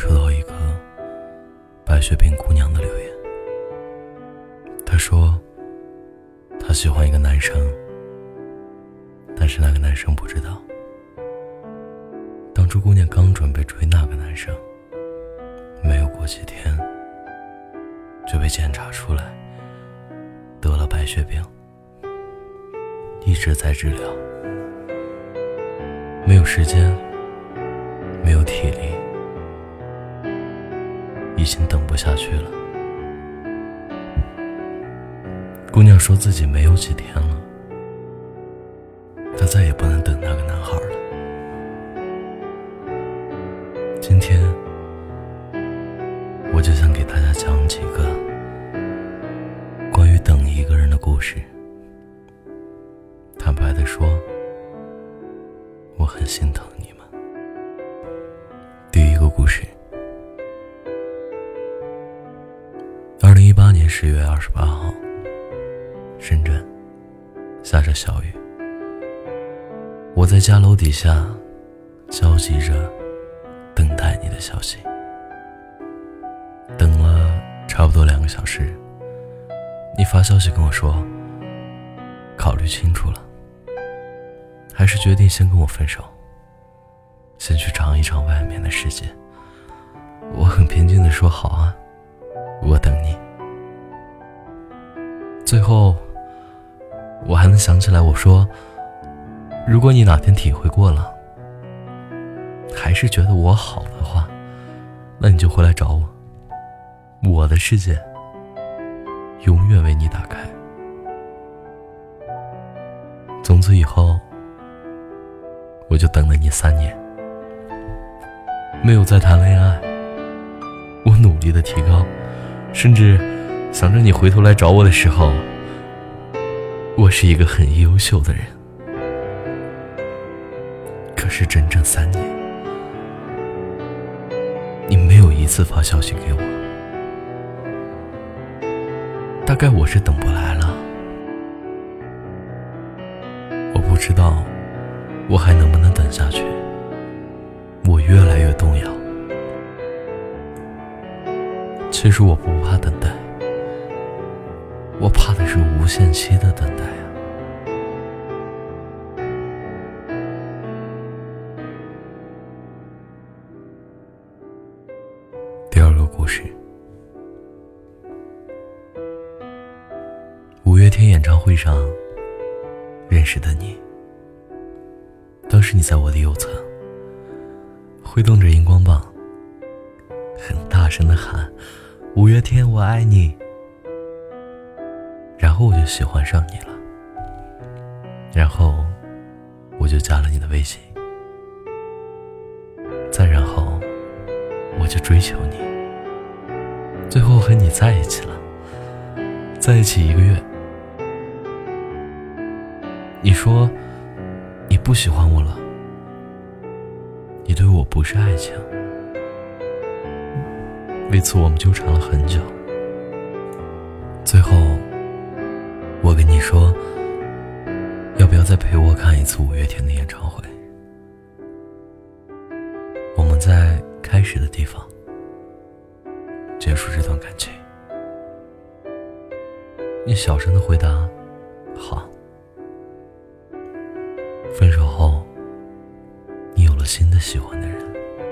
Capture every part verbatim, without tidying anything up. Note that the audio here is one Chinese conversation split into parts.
收到一个白血病姑娘的留言。她说她喜欢一个男生，但是那个男生不知道。当初姑娘刚准备追那个男生，没有过几天就被检查出来得了白血病，一直在治疗，没有时间，没有体力，已经等不下去了。姑娘说自己没有几天了，她再也不能等那个男孩了。今天我就想给大家讲几个关于等一个人的故事。坦白地说，我很心疼你们。第一个故事，二零一八年十月二十八号，深圳下着小雨，我在家楼底下焦急着等待你的消息。等了差不多两个小时，你发消息跟我说考虑清楚了，还是决定先跟我分手，先去尝一尝外面的世界。我很平静地说好啊，我等你。最后我还能想起来我说，如果你哪天体会过了，还是觉得我好的话，那你就回来找我，我的世界永远为你打开。从此以后我就等了你三年，没有再谈恋爱。我努力的提高，甚至想着你回头来找我的时候，我是一个很优秀的人。可是整整三年，你没有一次发消息给我，大概我是等不来了。我不知道我还能不能等下去，我越来越动摇。其实我不怕等待，我怕的是无限期的等待啊。第二个故事，五月天演唱会上认识的你。当时你在我的右侧，挥动着荧光棒，很大声地喊五月天我爱你。然后我就喜欢上你了，然后我就加了你的微信，再然后我就追求你，最后和你在一起了，在一起一个月。你说你不喜欢我了，你对我不是爱情。为此我们纠缠了很久，最后我跟你说，要不要再陪我看一次五月天的演唱会。我们在开始的地方结束这段感情。你小声的回答好。分手后你有了新的喜欢的人，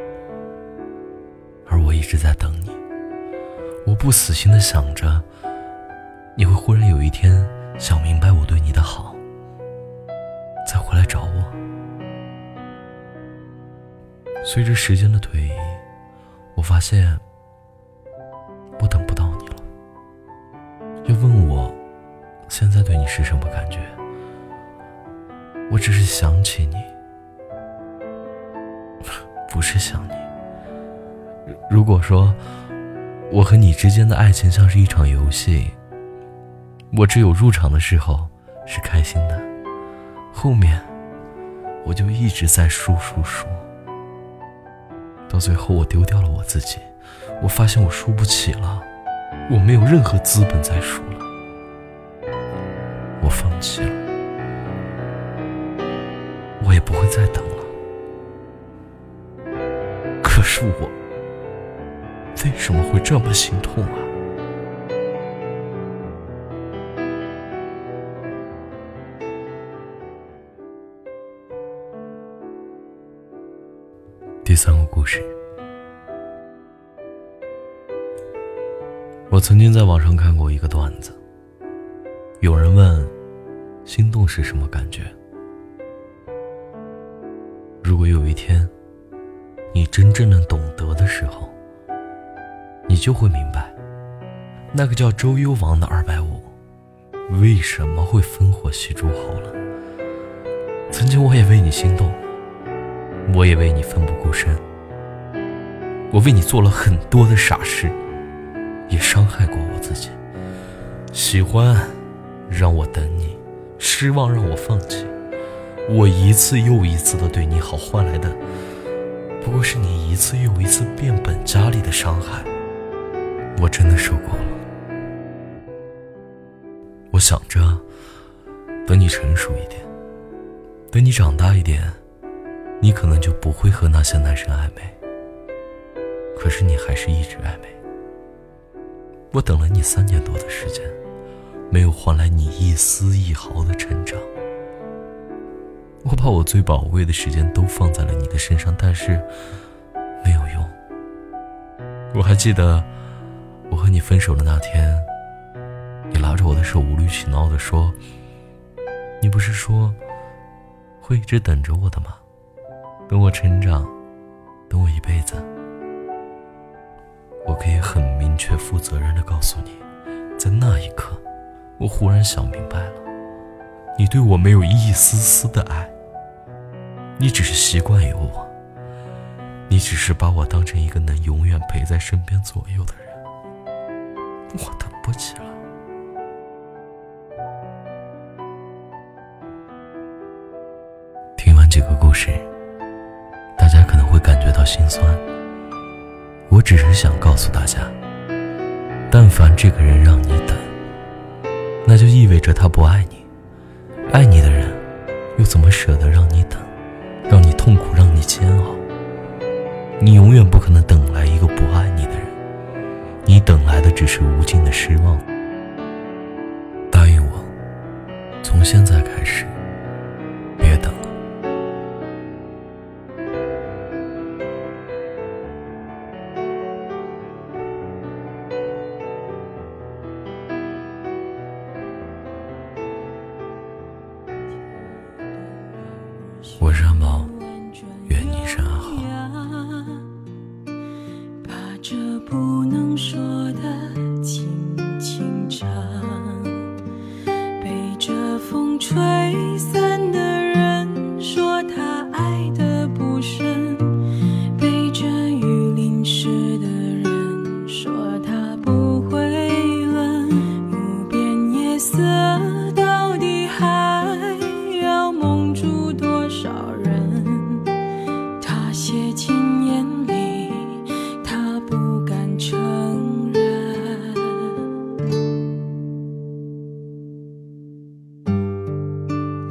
而我一直在等你。我不死心的想着你会忽然有一天想明白我对你的好，再回来找我。随着时间的推移，我发现我等不到你了。要问我现在对你是什么感觉，我只是想起你，不是想你。如果说我和你之间的爱情像是一场游戏，我只有入场的时候是开心的，后面我就一直在输输输，到最后我丢掉了我自己。我发现我输不起了，我没有任何资本再输了，我放弃了，我也不会再等了。可是我为什么会这么心痛啊？第三个故事，我曾经在网上看过一个段子，有人问心动是什么感觉。如果有一天你真正的懂得的时候，你就会明白，那个叫周幽王的二百五为什么会烽火戏诸侯了。曾经我也为你心动，我也为你奋不顾身，我为你做了很多的傻事，也伤害过我自己。喜欢让我等你，失望让我放弃，我一次又一次的对你好换来的，不过是你一次又一次变本加厉的伤害。我真的受够了。我想着等你成熟一点，等你长大一点，你可能就不会和那些男生暧昧，可是你还是一直暧昧。我等了你三年多的时间，没有换来你一丝一毫的成长。我把我最宝贵的时间都放在了你的身上，但是没有用。我还记得我和你分手的那天，你拉着我的手无理取闹地说，你不是说会一直等着我的吗？等我成长，等我一辈子。我可以很明确负责任地告诉你，在那一刻我忽然想明白了，你对我没有一丝丝的爱，你只是习惯于我，你只是把我当成一个能永远陪在身边左右的人。我等不起了。听完这个故事，大家可能会感觉到心酸。我只是想告诉大家，但凡这个人让你等，那就意味着他不爱你。爱你的人又怎么舍得让你等，让你痛苦，让你煎熬？你永远不可能等来一个不爱你的人，你等来的只是无尽的失望。答应我，从现在开始别等了。我是安宝，愿你身安好。 把这不能说的轻轻唱，被这风吹散的人说他爱得不深，被这雨淋湿的人说他不会冷。无边夜色到底还要蒙住多少人？他写进眼里，他不敢承认。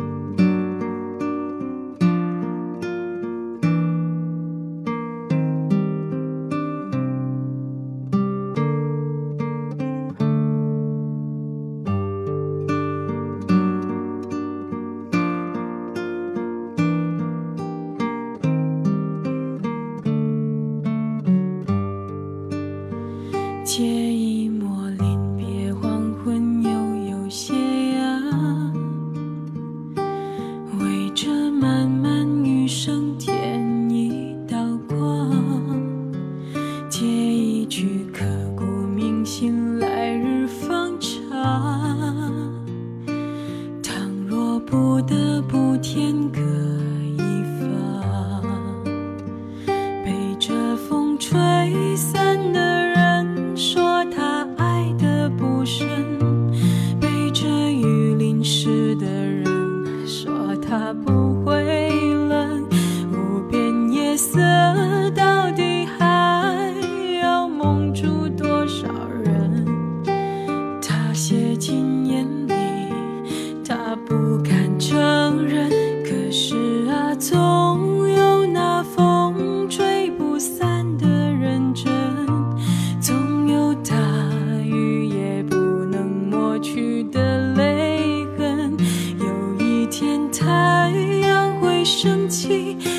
过去的泪痕。有一天太阳会升起，